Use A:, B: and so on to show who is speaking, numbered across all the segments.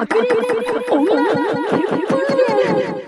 A: 隠れ家女の子テクトレ。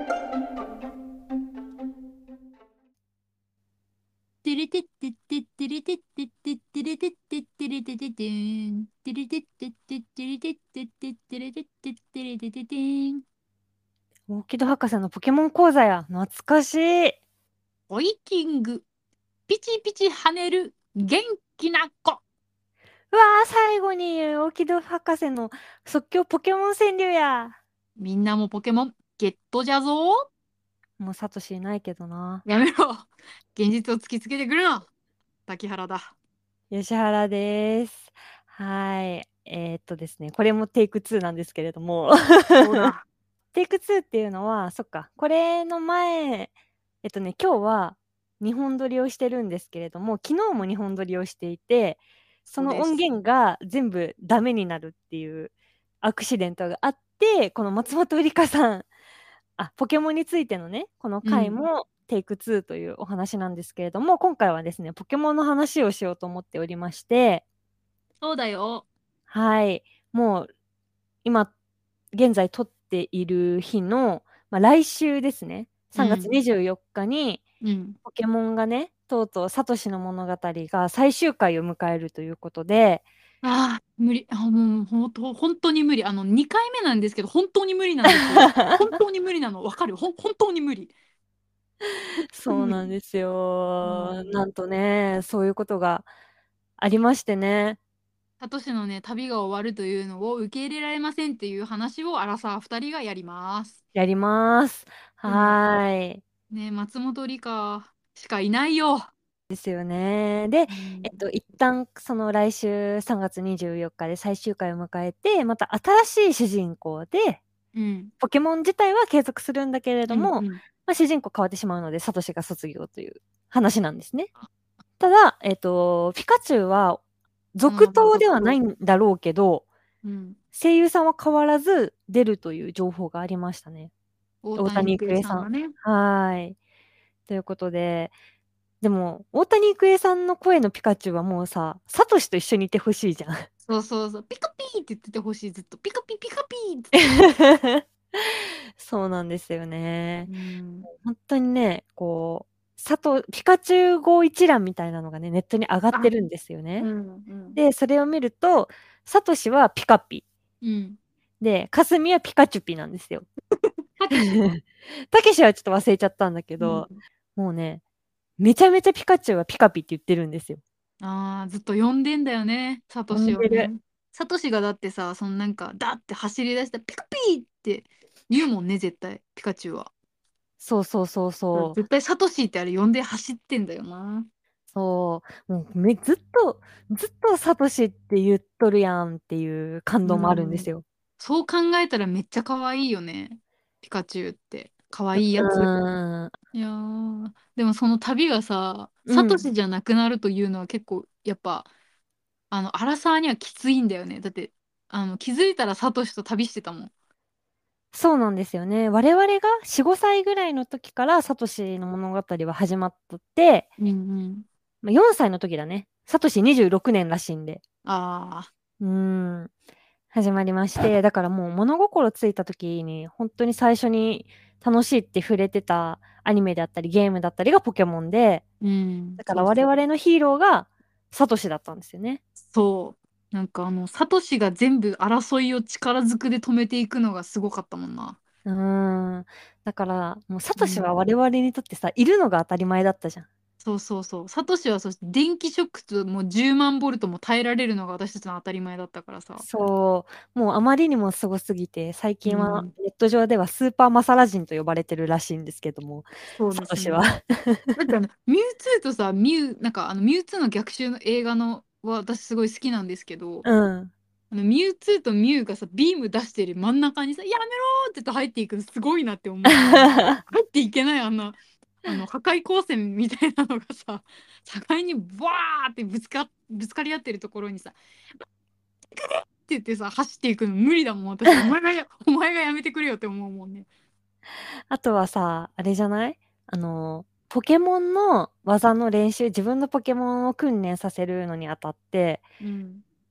A: テレテッテッテッテレテッテッテッテレテッテッテレテテテン。テレテッテッテッテレテッテッテッテレテッテッテレテテテン。
B: 大木戸博士のポケモン講座や。懐かしい。
A: ホイキング。ピチピチ跳ねる元気な子。
B: うわー、最後に大木戸博士の即興ポケモン川柳や。
A: みんなもポケモンゲットじゃぞ。
B: もうサトシいないけどな。
A: やめろ。現実を突きつけてくるな。滝原だ。
B: 吉原です。はい。ですね、これもテイク2なんですけれども。
A: そうだ。
B: テイク2っていうのは、そっか、これの前、今日は2本撮りをしてるんですけれども、昨日も2本撮りをしていて、その音
A: そうです。
B: 源が全部ダメになるっていうアクシデントがあって、この松本梨香さん、ポケモンについてのね、この
A: うん。
B: 回もテイク2というお話なんですけれども、今回はですね、ポケモンの話をしようと思っておりまして、
A: そうだよ。
B: はい、もう今現在撮っている日の、来週ですね、3月
A: うん。
B: 24日に
A: うん。
B: ポケモンがね、とうとうサトシの物語が最終回を迎えるということで、
A: ああ、無理。もう、本当に無理。2回目なんですけど、本当に無理なんですよ。本当に無理なの。わかる本当に無理。本当に
B: そう
A: 無理。
B: なんですよ。
A: うん。
B: なんとね、そういうことがありましてね。
A: サトシのね、旅が終わるというのを受け入れられませんっていう話をアラサー2人がやります。
B: やります。
A: でも、
B: はーい。
A: ね、松本梨香しかいないよ。
B: ですよね。で、
A: うん。
B: 一旦その来週3月24日で最終回を迎えて、また新しい主人公で、
A: うん。
B: ポケモン自体は継続するんだけれ
A: うん。
B: ども、
A: うん。
B: 主人公変わってしまうので、サトシが卒業という話なんですね。ただ、ピカチュウは
A: そのまま
B: 続投ではない
A: 続投。
B: んだろうけど、
A: うん。
B: 声優さんは変わらず出るという情報がありましたね。大谷
A: 大谷育
B: 育恵さん。
A: 英さんがね。
B: はーい。ということで、でも、大谷育恵さんの声のピカチュウはもうさ、サトシと一緒にいてほしいじゃん。
A: そうそうそう。ピカピーって言っててほしい。ずっと。ピカピピカピーって言って。
B: そうなんですよね。
A: うん。
B: 本当にね、こう、ピカチュウ語一覧みたいなのがね、ネットに上がって
A: あ、
B: るんですよね。
A: うん。うん。
B: で、それを見ると、サトシはピカピ。
A: うん。
B: で、カスミはピカチュピなんですよ。
A: たけしは。
B: たけしはちょっと忘れちゃったんだけど、
A: うん。
B: もうね、めちゃめちゃピカチュウはピカピって言ってるんですよ。
A: ああ、ずっと呼んでんだよね。サト
B: 呼んでる。
A: シをね。サトシがだってさ、なんか、ダって走り出したらピカピーって言うもんね、絶対。ピカチュウは。
B: そうそうそうそう。
A: 絶対サトシってあれ呼んで走ってんだよな。
B: そう。もうずっとサトシって言っとるやんっていう感
A: う
B: 動もあるんで
A: ん。
B: すよ。
A: そう考えたらめっちゃ可愛いよね。ピカチュウって。可
B: う
A: 愛いやつ。
B: ーん。
A: いやー、でもその旅がさ、サト
B: うん。
A: シじゃなくなるというのは結構、やっぱ、アラサーにはきついんだよね。だって、気づいたらサトシと旅してたもん。
B: そうなんですよね。我々が4、5歳ぐらいの時からサトシの物語は始まっとって、
A: うんうん。
B: 4歳の時だね。サトシ26年らしいんで。
A: ああ、
B: うーん。始まりまして、だからもう物心ついた時に本当に最初に楽しいって触れてたアニメであったりゲームだったりがポケモンで、
A: うん、
B: だから我
A: そうそう。
B: 々のヒーローがサトシだったんですよね。
A: そう。なんかサトシが全部争いを力ずくで止めていくのがすごかったもんな。
B: うーん。だからもうサトシは
A: うん。
B: 我々にとってさ、いるのが当たり前だったじゃん。
A: そうそうそう。サトシはそして電気ショックともう10万ボルトも耐えられるのが私たちの当たり前だったからさ。
B: そう。もうあまりにもすごすぎて、最近は
A: うん。
B: ネット上ではスーパーマサラ人と呼ばれてるらしいんですけども、
A: そう
B: サトシは。
A: ですね。だってミュウツーとさ、なんかミュウツーの逆襲の映画のは私すごい好きなんですけど、
B: うん。
A: ミュウツーとミュウがさ、ビーム出してる真ん中にさ、やめろーって言って入っていくのすごいなって思うもん。入っていけない破壊光線みたいなのがさ、互いにバーってぶつかり合ってるところにさ、って言ってさ、走っていくの無理だもん、私。お前がやめてくれよって思うもんね。
B: あとはさ、あれじゃない？ポケモンの技の練習、自分のポケモンを訓練させるのにあたって、
A: うん。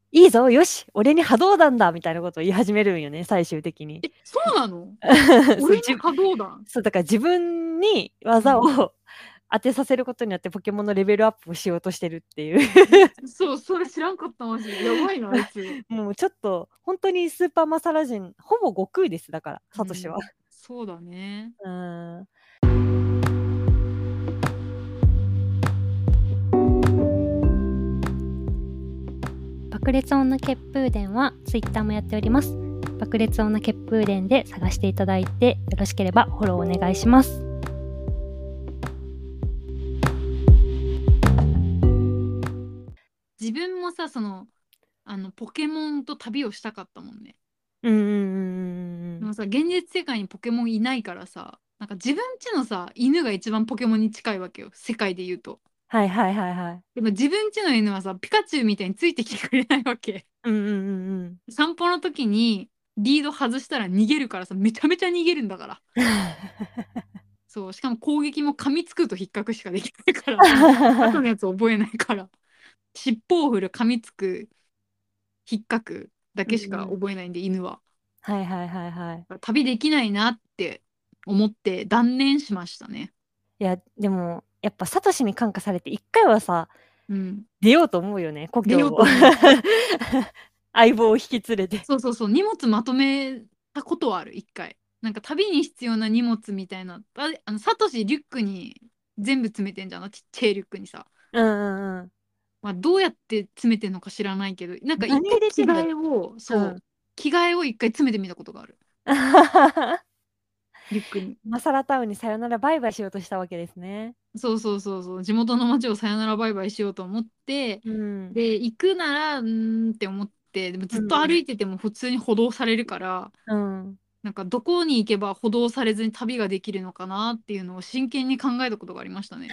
B: いいぞ、よし、俺に波動弾だみたいなことを言い始めるんよね、最終的に。
A: そうなの？
B: そう、
A: 俺に波動弾。
B: そう、だから自分に技を当てさせることによってポケモンのレベルアップをしようとしてるっていう。
A: そう、それ知らんかったマジで。やばいな、あいつ。
B: もうちょっと、本当にスーパーマサラ人、ほぼ悟空です、だから、サトシは。
A: そうだね。
B: うん。爆裂女血風伝はツイッターもやっております。爆裂女血風伝で探していただいて、よろしければフォローお願いします。
A: 自分もさ、ポケモンと旅をしたかったもんね。
B: うんうんうんうんうん。
A: でもさ、現実世界にポケモンいないからさ、なんか自分家のさ、犬が一番ポケモンに近いわけよ。世界で言うと。
B: はいはいはいはい。
A: でも自分家の犬はさ、ピカチュウみたいについてきてくれないわけ。
B: うんうんうんうん。
A: 散歩の時にリード外したら逃げるからさ、めちゃめちゃ逃げるんだから。そう、しかも攻撃も噛みつくと引っかくしかできないから、後のやつ覚えないから。尻尾を振る、噛みつく、引っかくだけしか
B: うんうん。
A: 覚えないんで、犬は。
B: はいはいはいはい。
A: 旅できないなって思って断念しましたね。
B: いや、でも、やっぱサトシに感化されて一回はさ、
A: うん。
B: 出ようと思うよね、故
A: 出よ
B: 郷を。
A: うと思う。
B: 相棒を引き連れて。
A: そうそうそう、荷物まとめたことはある、一回。なんか旅に必要な荷物みたいな、サトシリュックに全部詰めてんじゃん、ちっちゃいリュックにさ。
B: うんうんうん。
A: まあ、どうやって詰めてんのか知らないけど、なんか一
B: 何入
A: 回着
B: れてんだろ
A: 替えを、
B: う。う
A: そう、
B: ん。
A: 着替えを一回詰めてみたことがある、リュックに。
B: マサラタウンにさよならバイバイしようとしたわけですね。
A: そうそうそうそう、地元の街をさよならバイバイしようと思って、
B: うん。
A: で、行くなら、って思って、でもずっと歩
B: うん。
A: いてても普通に歩道されるから、
B: うん。
A: なんかどこに行けば歩道されずに旅ができるのかなっていうのを真剣に考えたことがありましたね。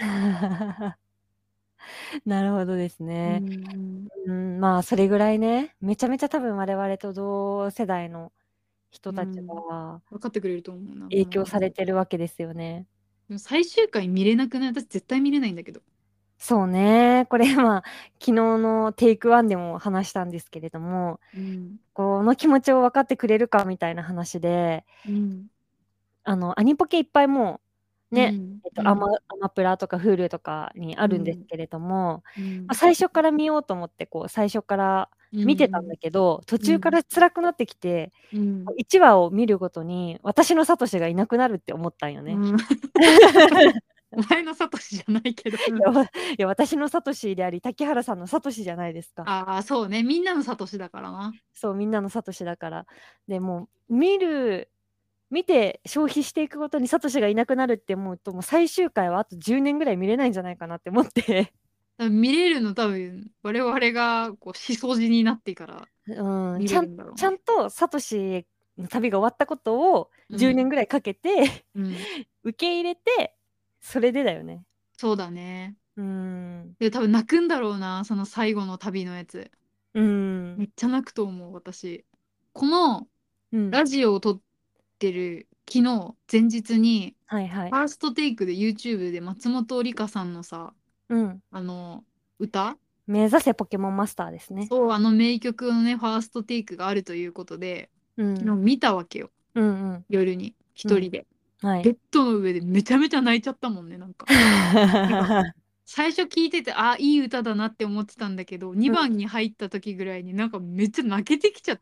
B: なるほどです
A: う
B: ね。
A: ん、
B: うん、まあ、それぐらいね、めちゃめちゃ多分我々と同世代の人たち
A: うん。
B: が
A: 分かってくれると思うな、こ
B: 影
A: の話。
B: 響されてるわけですよね。
A: でも最終回見れなくない？私絶対見れないんだけど。
B: そうね。これ、まあ、昨日のテイクワンでも話したんですけれども、
A: うん。
B: この気持ちを分かってくれるかみたいな話で、
A: うん。
B: アニポケいっぱいもう、ね、
A: うん。うん。
B: アマプラとか Hulu とかにあるんです
A: うん。
B: けれども、まあ、
A: うん。
B: 最初から見ようと思って、こう、最初から
A: うん。
B: 見てたんだけど、途中か
A: うん。
B: ら辛くなってきて、
A: うん。
B: 1話を見るごとに、私のサトシがいなくなるって思ったんよね。
A: うん。お前のサトシじゃないけど。
B: いや、私のサトシであり、竹原さんのサトシじゃないですか。
A: ああ、そうね。みんなのサトシだからな。
B: そう、みんなのサトシだから。で、もう、見て消費していくごとにサトシがいなくなるって思うと、もう最終回はあと10年ぐらい見れないんじゃないかなって思って。
A: 多分見れるの多分、我々がこう、しそじになってから
B: うん、
A: 見れるんだろうね。
B: ちゃんとサトシの旅が終わったことを10
A: うん。
B: 年ぐらいかけて
A: うん。
B: 受け入れて、それでだよね。
A: そうだね。
B: うーん。
A: で、多分泣くんだろうな、その最後の旅のやつ。
B: うーん。
A: めっちゃ泣くと思う、私。この
B: うん。
A: ラジオを撮ってる昨日、前日に、
B: はいはい。
A: ファーストテイクで YouTube で松本梨香さんのさ、
B: うん。
A: あの、歌
B: 目指せポケモンマスターですね。
A: そう、あの名曲のね、ファーストテイクがあるということで、
B: うん。
A: 昨日見たわけよ。
B: うんうん。
A: 夜に、
B: うん。
A: 一人で。
B: はい。
A: ベッドの上でめちゃめちゃ泣いちゃったもんね、なんか。なんか、最初聞いてて、あ、いい歌だなって思ってたんだけど、
B: うん。
A: 2番に入った時ぐらいになんかめっちゃ泣けてきちゃって、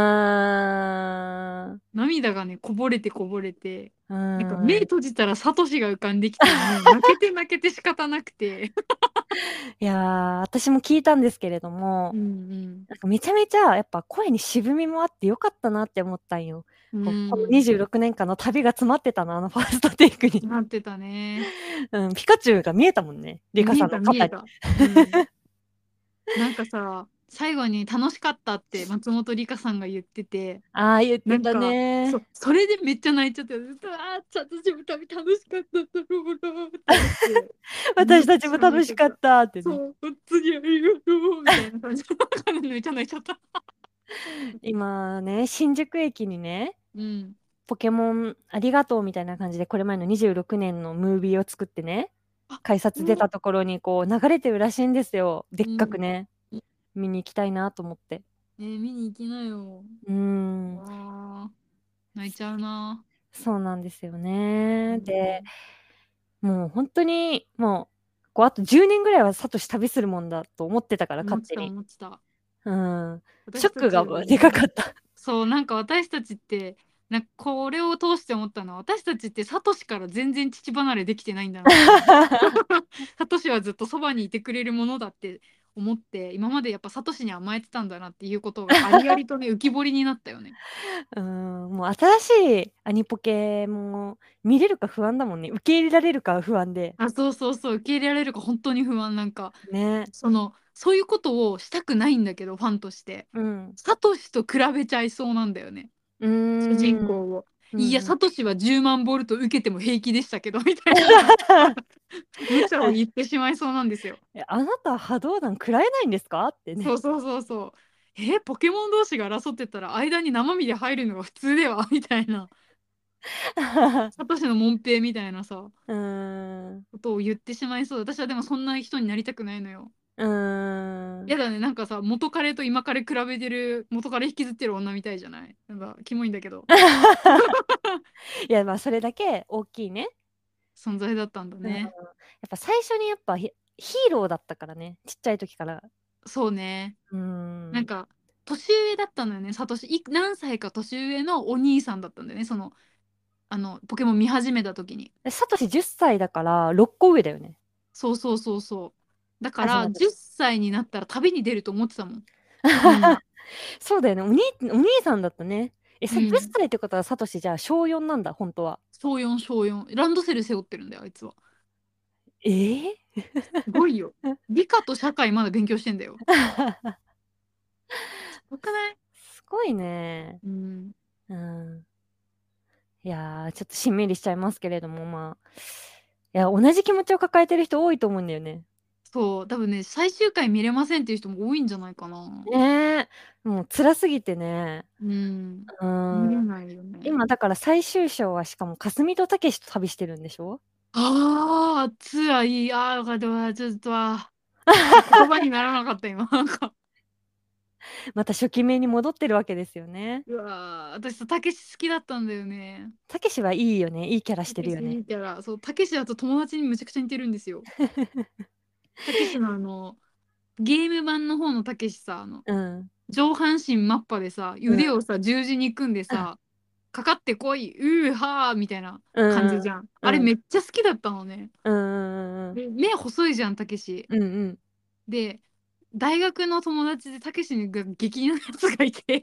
B: あー。
A: 涙がね、こぼれてこぼれて、
B: う
A: なんか目
B: ーん。
A: 閉じたらサトシが浮かんできて、もう泣けて泣けて仕方なくて。
B: いやー、私も聞いたんですけれども、
A: うん
B: なんかめちゃめちゃやっぱ声に渋みもあってよかったなって思ったんよ。
A: うん。
B: この
A: うん。
B: 26年間の旅が詰まってたな、あのファーストテイクに。
A: なってたね。
B: うん、ピカチュウが見えたもんね、リカ
A: 見え
B: さんの肩に。
A: た見えた。うん。なんかさ、最後に楽しかったって松本梨香さんが言ってて、
B: ああ、言ってた
A: なんか、
B: ね。
A: それでめっちゃ泣いちゃって、ああ、私も旅楽しかったんだろうなって思って、めっ
B: 私たちも
A: ちゃ泣いちゃった。
B: 楽しかったってね。
A: そう、本当にありがとうみたいな感じでめっちゃ泣いちゃった。
B: 今ね、新宿駅にね、
A: うん。
B: ポケモンありがとうみたいな感じで、これまでの26年のムービーを作ってね、
A: あ、
B: 改札出たところにこう流れてるらしいんですよ。でっ
A: うん。
B: かくね。 見に行きたいなと思って。
A: 見に行きなよ。わあ、泣いちゃうな。
B: そうなんですよ
A: う
B: ね。で、
A: ん、
B: もう本当に、もう、こうあと10年ぐらいはサトシ旅するもんだと思ってたから、
A: 思ってた
B: 勝手に。
A: 思ってた。
B: うん。ショ
A: 私た
B: ックが
A: ちはね、
B: でかかった。
A: そう、なんか私たちって、なんかこれを通して思ったのは、私たちってサトシから全然父離れできてないんだなって思う。サトシはずっとそばにいてくれるものだって思って、今までやっぱサトシに甘えてたんだなっていうことがありありとね、浮き彫りになったよね。
B: もう新しいアニポケも見れるか不安だもんね。受け入れられるか不安で。
A: あ、そうそうそう、受け入れられるか本当に不安。なんか、
B: ね。
A: そういうことをしたくないんだけど、ファンとして。
B: うん。
A: サトシと比べちゃいそうなんだよね。
B: うー
A: 主人
B: ん。
A: 公を。いや、
B: うんうん。
A: サトシは10万ボルト受けても平気でしたけど、みたいな無茶を言ってしまいそうなんですよ。
B: あなた波動弾食らえないんですかってね。
A: そうそうそうそう。ポケモン同士が争ってたら間に生身で入るのが普通ではみたいな。サトシの門弟みたいなさ、
B: うーん。
A: ことを言ってしまいそう。私はでもそんな人になりたくないのよ。
B: うーん。
A: やだね、なんかさ、元彼と今彼比べてる、元彼引きずってる女みたいじゃない？なんか、キモいんだけど。
B: いや、まあ、それだけ大きいね。
A: 存在だったんだ
B: うん。や
A: ね。
B: っぱ最初にやっぱヒーローだったからね。ちっちゃい時から。
A: そうね。
B: うーん。
A: なんか、年上だったのよね、サトシ。何歳か年上のお兄さんだったんだよね、ポケモン見始めた時に。
B: サトシ10歳だから6個上だよね。
A: そうそうそうそう。だから、
B: 始まった
A: 10歳になったら旅に出ると思ってたもん、みんな。
B: そうだよね。お兄さんだったね。10
A: うん。
B: 歳ってことはサトシじゃあ小4なんだ、本当は。
A: 小4、小4。ランドセル背負ってるんだよ、あいつは。
B: ええ
A: すごいよ。理科と社会まだ勉強してんだよ。すごくない？
B: すごいね。
A: うん。
B: うん。いやー、ちょっとしんみりしちゃいますけれども、まあ。いや、同じ気持ちを抱えてる人多いと思うんだよね。
A: そう、多分ね、最終回見れませんっていう人も多いんじゃないかな。
B: ねえ。もう辛すぎてね。
A: うん。
B: うん。
A: 見れないよね。
B: 今だから最終章はしかも霞とたけしと旅してるんでしょ？
A: ああ、ツアーいい。ああ、よかったわ。ちょっとは、言葉にならなかった、今。なんか、
B: また初期名に戻ってるわけですよね。
A: うわー、私さ、たけし好きだったんだよね。
B: たけしはいいよね。いいキャラし
A: たけし
B: てるよね。
A: いいキャラ。そう、たけしだと友達にむちゃくちゃ似てるんですよ。たけしのゲーム版の方のたけしさ、
B: うん。
A: 上半身マッパでさ、
B: うん。
A: 腕をさ、十字に組んでさ、かかってこい、うーはーみたいな
B: うんうん。
A: 感じじゃん。あれ
B: うん。
A: めっちゃ好きだったのね。
B: うんうんうん。
A: で、目細いじゃん、たけし。
B: うんうん。
A: で、大学の友達でたけしが激似のやつがいて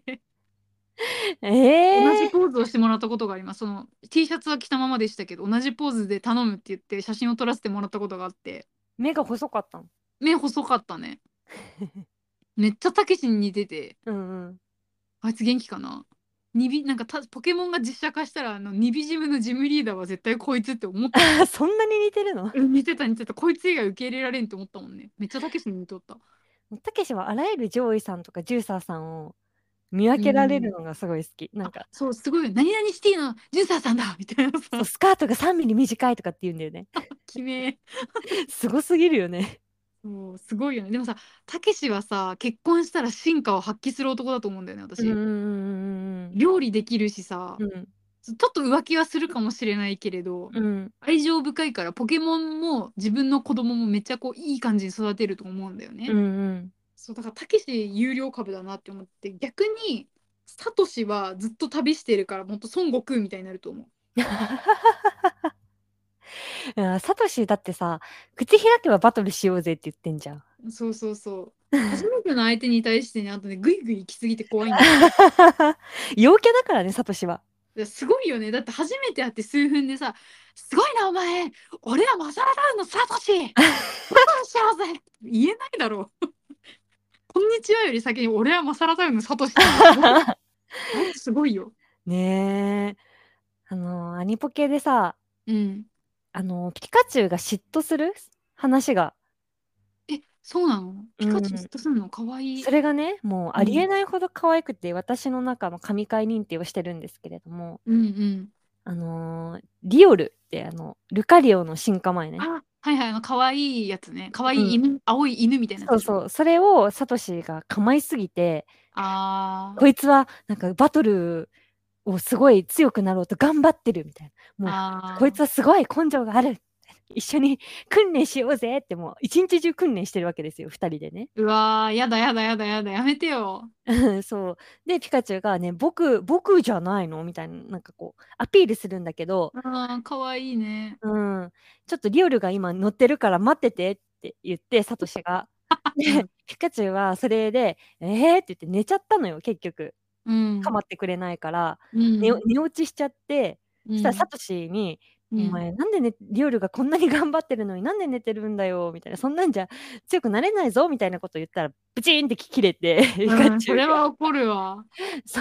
A: 同じ
B: ええ
A: ポーズをしてもらったことがあります。T シャツは着たままでしたけど、同じポーズで頼むって言って写真を撮らせてもらったことがあって、
B: 目が細かったの。
A: 目細かったね。めっちゃたけしに似てて、
B: うんうん。
A: あいつ元気かな？なんかポケモンが実写化したら、ニビジムのジムリーダーは絶対こいつって思ったもん。
B: そんなに似てるの？
A: 似てた似てた。こいつ以外受け入れられんって思ったもんね。めっちゃたけしに似とった。
B: たけしはあらゆる上位さんとかジューサーさんを見分
A: う
B: けられる
A: ん。
B: のがすごい好き。なんか、
A: そう、すごいよ。何々シティのジュンサーさんだみたいな
B: そう、
A: さ。
B: スカートが3ミリ短いとかって言うんだよね。
A: 決め。
B: すごすぎるよね。
A: そう、すごいよね。でもさ、たけしはさ、結婚したら真価を発揮する男だと思うんだよね、私。
B: うんうんうん
A: 料理できるしさ、
B: うんうん。
A: ちょっと浮気はするかもしれないけれど、
B: うん。
A: 愛情深いからポケモンも自分の子供もめっちゃこういい感じに育てると思うんだよね。
B: うんうん。
A: そう、だからたけし有料株だなって思って、逆にサトシはずっと旅してるからもっと孫悟空みたいになると思
B: いやサトシだってさ、口開けばバトルしようぜって言ってんじゃん。
A: う。そうそうそう。初めての相手に対してね、あとね、グイグイ行き過ぎて怖いんだよ。
B: 陽キャだからね、サトシは。
A: すごいよね。だって初めて会って数分でさ、すごいな、お前、俺はマサラダウンのサトシ、バトルしようぜ言えないだろう。こんにちはより先に俺はマサラダウンのサトシってすごくない？あいつすごいよ。
B: ねえ。アニポケでさ、
A: うん。
B: ピカチュウが嫉妬する話が、
A: そうなの？
B: う
A: ピカチュウ
B: ん。
A: 嫉妬するのかわいい。
B: それがね、もうありえ
A: うん。
B: ないほど可愛くて、私の中の神回認定をしてるんですけれども、
A: うんうん。
B: リオルってルカリオの進化前
A: あ、
B: ね。
A: はいはい、可愛いやつね。可愛
B: うん。
A: い犬、青い犬みたいなやつでしょ。
B: そうそう。それをサトシが構いすぎて、
A: あ
B: こいつはなんかバトルをすごい強くなろうと頑張ってるみたいな。
A: あ、
B: もう、こいつ
A: ああ。
B: はすごい根性がある。一緒に訓練しようぜってもう一日中訓練してるわけですよ、二人でね。
A: うわー、やだやだやだやだ、やめてよ。
B: そう。で、ピカチュウがね、僕じゃないのみたいな、なんかこう、アピールするんだけど、
A: ああ、可愛いね。
B: うん、ちょっとリオルが今乗ってるから待っててって言って、サトシが。で、
A: うん。
B: ピカチュウはそれで、って言って寝ちゃったのよ、結局。
A: うん。
B: 構ってくれないから、
A: うん。
B: 寝落ちしちゃって、そしたらサ
A: うん。
B: トシに、
A: うん。
B: お前なんでリオルがこんなに頑張ってるのになんで寝てるんだよみたいな、そんなんじゃ強くなれないぞみたいなこと言ったら、ブチーンって切れて、ピカ
A: うん、それ
B: チュウが。
A: は怒るわ。
B: そう。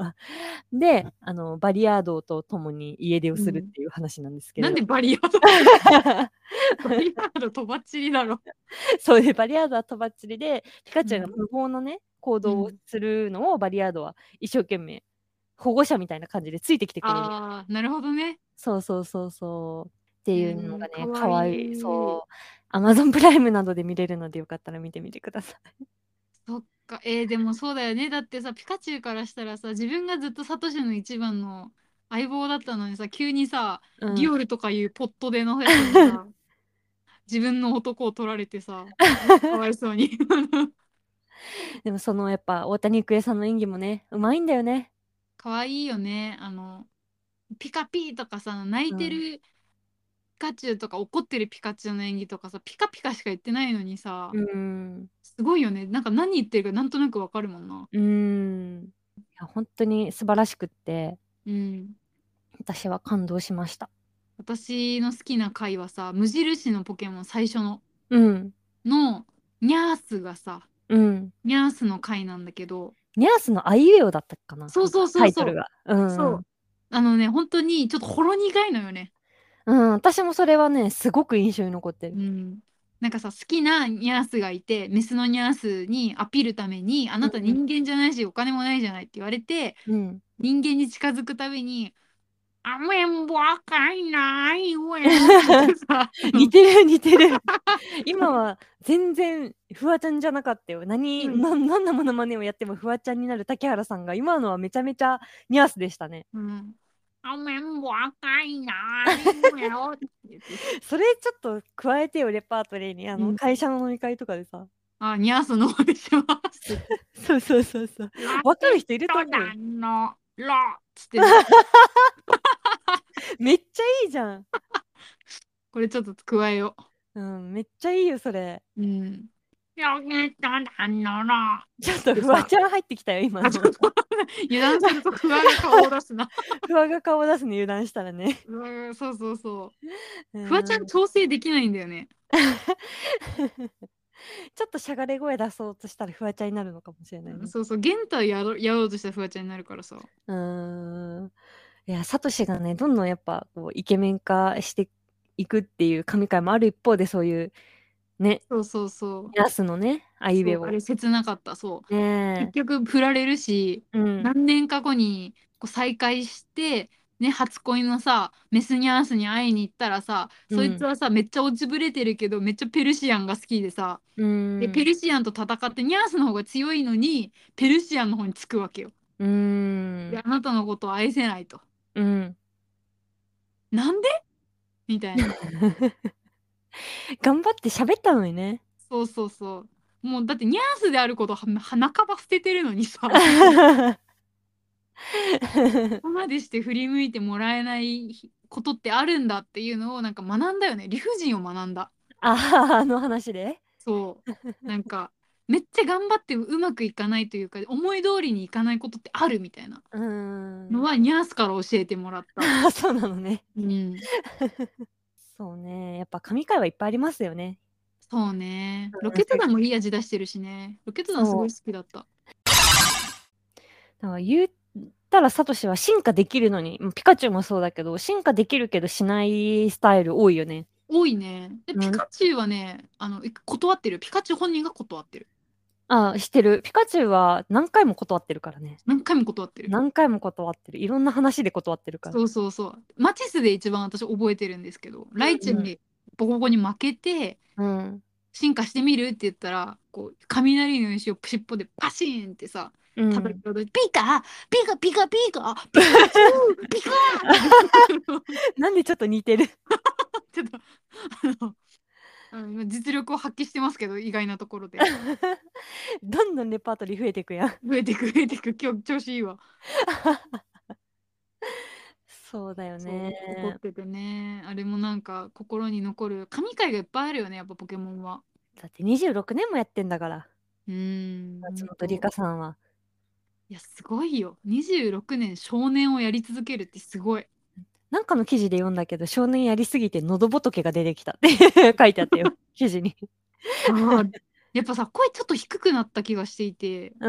B: で、バリアードと共に家出をするっ
A: うん。
B: ていう話なんですけれど。
A: なんでバリアードバリアードとばっちりだろ。
B: そういうバリアードはとばっちりで、ピカチュウが
A: うん。
B: 無謀のね、行動を
A: うん。
B: するのをバリアードは一生懸命保護者みたいな感じでついてきてくれる。
A: ああ、なるほどね。
B: そうそうそうそう。っていうのがね、
A: かわい
B: 可愛い。
A: い。
B: そう。Amazon プライムなどで見れるのでよかったら見てみてください。
A: そっか。でもそうだよね。だってさ、ピカチュウからしたらさ、自分がずっとサトシの一番の相棒だったのにさ、急にさ、
B: うん。
A: ディオルとかいうポットでのやつにさ、自分の男を取られてさ、かわいそうに。
B: でもそのやっぱ大谷育恵さんの演技もね、うまいんだよね。
A: かわいいよね。ピカピーとかさ、泣い
B: うん。
A: てるピカチュウとか怒ってるピカチュウの演技とかさ、ピカピカしか言ってないのにさ、
B: うーん。
A: すごいよね。なんか何言ってるかなんとなくわかるもんな。
B: うーん。いや、ほんとに素晴らしくって、
A: うん。
B: 私は感動しました。
A: 私の好きな回はさ、無印のポケモン最初
B: うん。
A: のニャースがさ、
B: うん。
A: ニャースの回なんだけど、
B: ニャースのあいうえおだったかな、
A: そうそう
B: なんか
A: そうそう。
B: タイトルが。うんうん。
A: そう。本当にちょっとほろ苦いのよね。
B: うん、私もそれはね、すごく印象に残ってる。
A: うん。なんかさ、好きなニャースがいて、メスのニャースにアピるために、あなた
B: うん。
A: 人間じゃないし、お金もないじゃないって言われて、
B: うん。
A: 人間に近づくたびに、アメンボ赤いない上って言ってさ、
B: 似てる似てる。今は全然フワちゃんじゃなかったよ。
A: うん。
B: なんなモノマネをやってもフワちゃんになる竹原さんが、今のはめちゃめちゃニュアンスでしたね。
A: うん。アメンボ赤いない上って言ってさ、
B: それちょっと加えてよ、レパートリーに。
A: うん。
B: 会社の飲み会とかでさ。
A: あ、ニャースの方でしますって言って。
B: そうそうそうそう。
A: ラ
B: わかる
A: ケッ
B: 人いると
A: ト
B: 思うよ。
A: 団のロっつってね。
B: めっちゃいいじゃん。
A: これちょっと加えよ
B: うん、めっちゃいいよ、それ。
A: う。うん。ラケット団のロ
B: ちょっと
A: でさ、
B: フワちゃん入ってきたよ、今
A: あ、ちょ
B: の。
A: っと油断すると不安が顔を出すな。
B: フワが顔を出すの油断したらね。
A: うん、そうそうそう。
B: う
A: フワちゃん
B: ん。
A: 調整できないんだよね。
B: ちょっとしゃがれ声出そうとしたらフワちゃんになるのかもしれないね。
A: うん、そうそう。ゲンタやろうとしたフワちゃんになるからさ。
B: うーん。いや、サトシがね、どんどんやっぱこうイケメン化していくっていう神回もある一方で、そういうね、
A: そうそうそう。
B: ナースのね、アイウ
A: そう、あ
B: ェイを。
A: れ切なかった。そう。結
B: ねえ。
A: 局振られるし、
B: うん。
A: 何年か後にこう再会して、ね、初恋のさ、メスニャースに会いに行ったらさ、
B: うん。
A: そいつはさ、めっちゃ落ちぶれてるけど、めっちゃペルシアンが好きでさ、
B: うー
A: で、ペ
B: ん。
A: ルシアンと戦って、ニャースの方が強いのに、ペルシアンの方につくわけよ。
B: うー
A: で、
B: ん。
A: あなたのことを愛せないと。
B: うん。
A: なんでみたいな。
B: 頑張って喋ったのにね。
A: そうそうそう。もう、だってニャースであることを半ば捨ててるのにさ、ここまでして振り向いてもらえないことってあるんだっていうのをなんか学んだよね。理不尽を学んだ。
B: あの話で。
A: そう。なんか、めっちゃ頑張ってうまくいかないというか、思い通りにいかないことってあるみたいな
B: うーん。
A: のはニャースから教えてもらった。
B: そうなのね。
A: うん。
B: そうね。やっぱ神回はいっぱいありますよね。
A: そうね。ロ
B: うん、
A: ケット団もいい味出してるしね。ロケット団すごい
B: そう。
A: 好きだった。
B: だから言ったらサトシは進化できるのに、ピカチュウもそうだけど、進化できるけどしないスタイル多いよね。
A: 多いね。で、ピ
B: うん。
A: カチュウはね、断ってる。ピカチュウ本人が断ってる。
B: あ、してる。ピカチュウは何回も断ってるからね。
A: 何回も断ってる。
B: 何回も断ってる。いろんな話で断ってるから。
A: そうそうそう。マティスで一番私覚えてるんですけど、ライチェ
B: うんうん。
A: ルボコボコに負けて、
B: うん。
A: 進化してみるって言ったら、こう、雷の石を尻尾でパシーンってさ、
B: うん。
A: 叩き落として、ピカピカピカピカピカチュウピカーって、
B: なんでちょっと似てる。
A: ちょっと、実力を発揮してますけど、意外なところで。
B: どんどんレパートリー増えてくやん。
A: 増えてく、増えてく、今日調子いいわ。
B: そうだよ
A: そう、怒っ
B: ね。
A: ててね。あれもなんか心に残る神回がいっぱいあるよね、やっぱポケモンは。
B: だって26年もやってんだから、
A: ほ
B: 松本梨
A: んと。
B: 香さんは。
A: いや、すごいよ。26年少年をやり続けるってすごい。
B: なんかの記事で読んだけど、少年やりすぎて喉仏が出てきたって書いてあったよ、記事に。
A: あー、やっぱさ、声ちょっと低くなった気がしていて。
B: うん。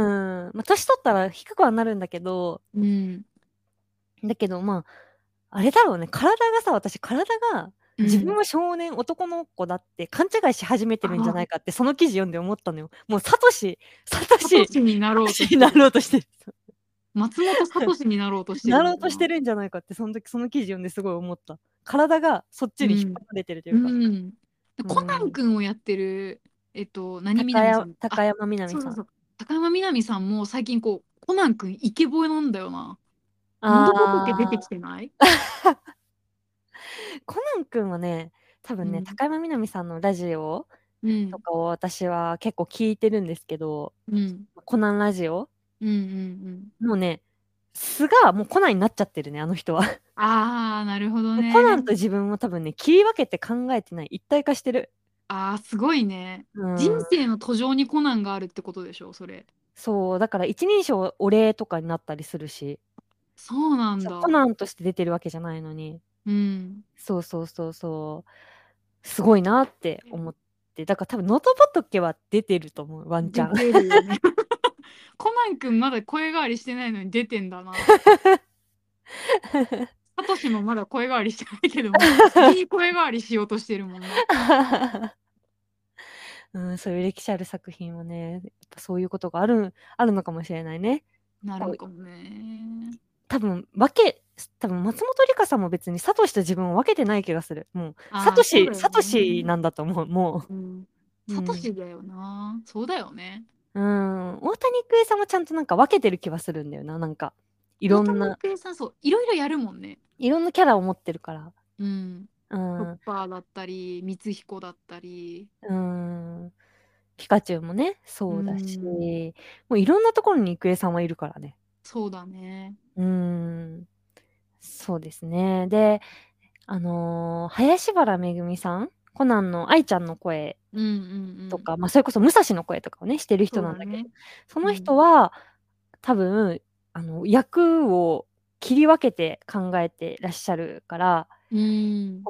B: まあ、年取ったら低くはなるんだけど、
A: うん。
B: だけど、まあ、あれだろうね、体がさ、私、体が自分
A: うん。
B: は少年、男の子だって勘違いし始めて
A: あ
B: るんじゃない
A: あ、
B: かって、その記事読んで思ったのよ。もう、サトシ
A: サトシになろうと
B: にな
A: してる。
B: ろうとしてる。
A: 松本サトシになろうとしてる
B: なろう
A: のかな。
B: としてるんじゃないかって、その時、その記事読んですごい思った。体がそっちに引っ張
A: うん。
B: られてるとい
A: う
B: うか。
A: ん。
B: う
A: コナン
B: ん。
A: 君をやってる、何みなみさん。あ、
B: 高山みなみさん。
A: そうそうそう。高山みなみさんも最近こう、コナン君イケボなんだよな。喉仏出てき
B: あ
A: てない？
B: コナン君はね、多分ね、
A: うん。
B: 高山みなみさんのラジオ
A: うん。
B: とかを私は結構聞いてるんですけど、
A: うん。
B: コナンラジオ
A: うん。うん。
B: もうね、素がもうコナンになっちゃってるね、あの人は。
A: ああ、なるほど
B: もうコナ
A: ね。
B: ンと自分を多分ね、切り分けて考えてない。一体化してる。
A: ああ、すごいね。人
B: うん。
A: 生の途上にコナンがあるってことでしょ、それ。
B: そう、だから一人称俺とかになったりするし、
A: そうなん
B: そう、コ
A: だ。
B: ナンとして出てるわけじゃないのに。
A: うん。
B: そうそうそうそう。すごいなって思って。だから多分、ノート仏は出てると思う、ワンチ
A: 出
B: ャン。
A: てるよね。コナン君まだ声変わりしてないのに出てんだな。サトシもまだ声変わりしてないけど、もう先に声変わりしようとしてるもんな。
B: うん、そういう歴史ある作品はね、やっぱそういうことがあるのかもしれないね。こう、
A: なるかもね。
B: 多分多分松本梨香さんも別にサトシと自分を分けてない気がする。もう、
A: ああ、そうだよ
B: サトシ
A: ね。
B: なんだと思う、も
A: うん。
B: う。う
A: サト
B: ん。
A: シだよな。そうだよね。
B: うん。大谷育恵さんもちゃんとなんか分けてる気はするんだよな、なんか。い
A: 大谷
B: ろんな、
A: 育英さん、そう、いろいろやるもんね。
B: いろんなキャラを持ってるから。
A: うん。
B: う
A: チョッ
B: ん。
A: パーだったり、光彦だったり。
B: うん。ピカチュウもね、
A: う
B: そうだし、
A: ん。
B: もういろんなところに郁恵さんはいるからね。
A: そうだね。
B: うーん、そうですね。で、林原めぐみさん、コナンの愛ちゃんの声
A: うんうんうん。
B: とか、まあ、それこそ武蔵の声とかをね、してる人なんだけど、
A: そうだね。
B: その
A: うん。
B: 人は多分、役を切り分けて考えてらっしゃるから、
A: うん。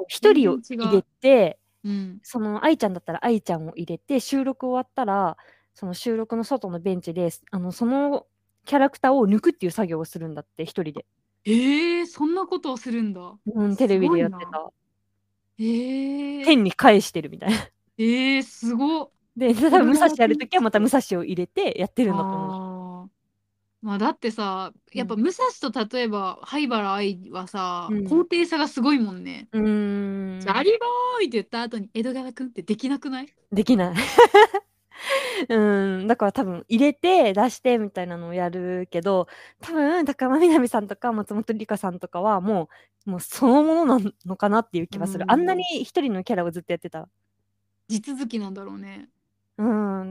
B: こう一
A: 全
B: 人を入れ
A: 然違う。
B: て、
A: うん。
B: その愛ちゃんだったら愛ちゃんを入れて、収録終わったら、その収録の外のベンチで、そのキャラクターを抜くっていう作業をするんだって、一人で。
A: そんなことをするんだ。
B: うん、テ
A: す
B: レビで
A: ごいな。
B: やってた。
A: ええ
B: 天に返してるみたいな。
A: すごっ。
B: で、多分武蔵
A: これは
B: やるときはまた武
A: 天つって。
B: 蔵を入れてやってるんだと思う。
A: ああ。まあだってさ、
B: うん。
A: やっぱ武蔵と例えば灰原哀はさ、
B: うん。
A: 高低差がすごいもんね。
B: うーん。
A: ジャリボーイって言った後に江戸川くんってできなくない？
B: できない。うん、だから多分入れて出してみたいなのをやるけど、多分高間みなみさんとか松本梨香さんとかはもうそのものなのかなっていう
A: う
B: 気はする。あんなに
A: ん。
B: 一人のキャラをずっとやってた。
A: 地続きなんだろうね。
B: うん。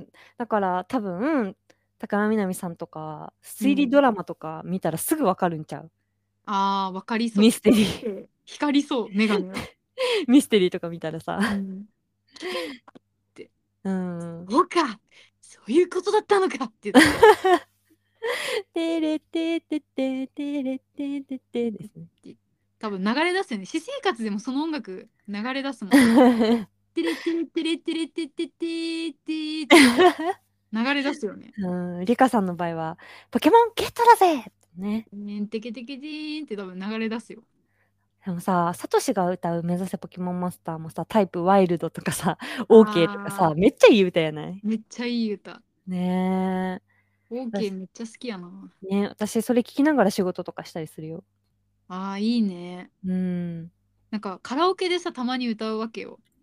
B: だから多分、高間みなみさんとか、推理
A: うん。
B: ドラマとか見たらすぐわかるんちゃう？
A: ああ、わかりそう。
B: ミステリー。
A: って光りそう、メガネが。
B: ミステリーとか見たらさ。
A: うん。キラッて、
B: うん。
A: そうか、そういうことだったのかって言って。
B: てれててててれてててですね。
A: 多分流れ出すよね。私生活でもその音楽流れ出すもん。テレテレテレテレテテテテって流れ出すよね。
B: うん、リカさんの場合は、ポケモンゲットだぜってね。
A: ねんてけてけてーんって多分流れ出すよ。
B: でもさ、サトシが歌う目指せポケモンマスターもさ、タイプワイルドとかさ、オーケーとかさ、
A: あ
B: めっちゃいい歌やない？
A: めっちゃいい歌。
B: ねえ。
A: オーケー
B: 私
A: めっちゃ好きやな。
B: ね、私それ聞きながら仕事とかしたりするよ。
A: いいね。
B: うん。
A: なんかカラオケでさ、たまに歌うわけよ。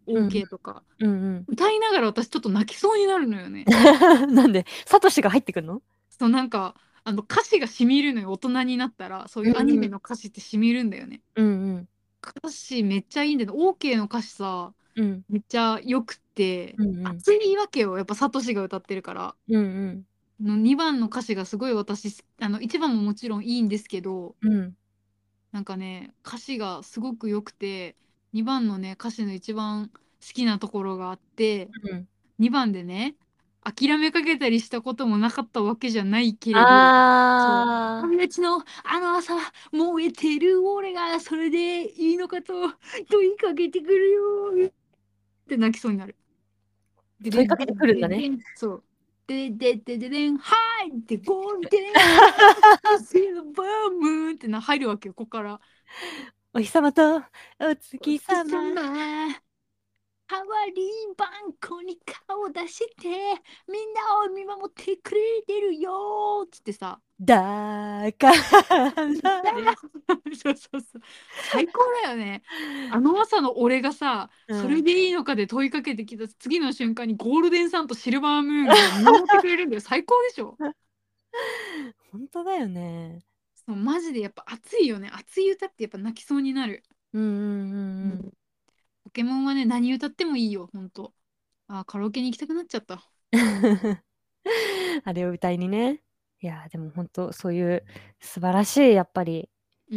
B: うん。
A: OK とか。
B: うんうん。
A: 歌いながら私ちょっと泣きそうになるのよね。
B: なんで、サトシが入ってくんの？
A: そう、なんか、歌詞が染みるのよ。大人になったら、そういうアニ
B: うんうん。
A: メの歌詞って染みるんだよね。
B: うんうん。
A: 歌詞めっちゃいいんだよね。OK の歌詞さ、
B: うん。
A: めっちゃ良くて、
B: うんうん。
A: 熱いわけよ。やっぱサトシが歌ってるから。
B: うんうん。
A: 2番の歌詞がすごい私、1番ももちろんいいんですけど、
B: うん。
A: なんかね、歌詞がすごく良くて、2番のね、歌詞の一番好きなところがあって、
B: うん。
A: 2番でね、諦めかけたりしたこともなかったわけじゃないけれど、そう、
B: あ
A: 友達のあの朝、燃えてる俺がそれでいいのかと問いかけてくるよって泣きそうになる。ででんで
B: 問いかけてくるんだね。
A: んでんでん、そう。でん、はいってゴールデン、シルバームーンって入るわけよ、ここから。
B: お日様とお
A: お
B: 月様。
A: 月様、ハワリンバンコに顔を出して、みんなを見守ってくれてるよーっつってさ。
B: だからね。
A: そうそうそう。最高だよね。あの朝の俺がさ、
B: うん。
A: それでいいのかで問いかけてきた次の瞬間にゴールデンサンとシルバームーンが見守ってくれるんだよ。最高でしょ。
B: 本当だよね。
A: そう、マジでやっぱ熱いよね。熱い歌ってやっぱ泣きそうになる。
B: うんうんうんうん。
A: うん。ポケモンはね、何歌ってもいいよ、ほんと。あ、カラオケに行きたくなっちゃった。
B: あれを歌いにね。いや、でも本当そういう素晴らしい、やっぱり、
A: うん、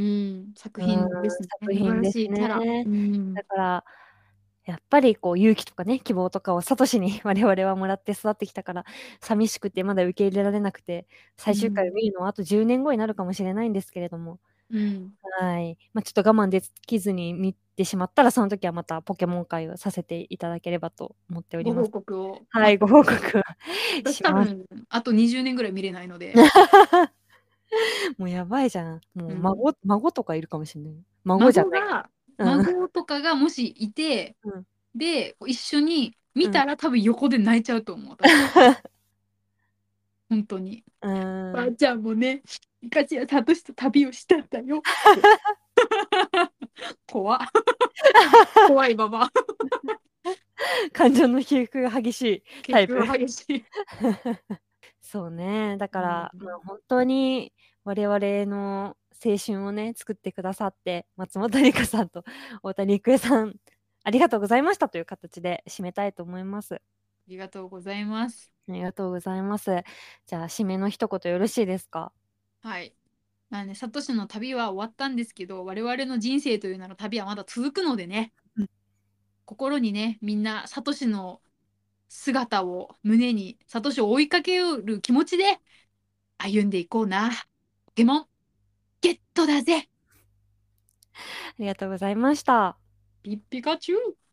A: 作
B: うーん、
A: 品ですね。
B: 作
A: 素晴ら
B: 品です
A: しいキャラ。
B: ね。
A: うん。
B: だから、やっぱりこう勇気とかね、希望とかをサトシに我々はもらって育ってきたから、寂しくてまだ受け入れられなくて、最終回を
A: うん。
B: 見るのはあと10年後になるかもしれないんですけれども、
A: うん。
B: はい。ま、ちょっと我慢できずに見てしまったら、その時はまたポケモン会をさせていただければと思っており
A: ご報
B: ます。
A: 告を
B: はい、ご
A: 待ってます。
B: 報告はします。
A: 私多分、あと20年ぐらい見れないので。
B: もうやばいじゃん。もう
A: うん。
B: 孫とかいるかもしんないよ。孫じゃない。
A: 孫が、
B: うん。
A: 孫とかがもしいて、
B: うん。
A: で、一緒に見
B: うん。
A: たら多分横で泣いちゃうと思う、私。本当に。
B: うーん。
A: ばあちゃんもね、いかしやサトシと旅をしたんだよって。怖っ。怖いババア。
B: 感情の起伏が激しいタイプ。
A: 結構激しい。
B: そうね、だか
A: うん。
B: ら、まあ、本当に我々の青春をね、作ってくださって、松本梨香さんと大谷育恵さん、ありがとうございましたという形で締めたいと思います。
A: ありがとうございます。
B: ありがとうございます。じゃあ、締めの一言よろしいですか？
A: はい。まあね、サトシの旅は終わったんですけど、我々の人生という名の旅はまだ続くのでね、
B: うん。
A: 心にね、みんなサトシの姿を胸に、サトシを追いかける気持ちで歩んでいこうな。ポケモン、ゲットだぜ。
B: ありがとうございました。
A: ピッピカチュウ。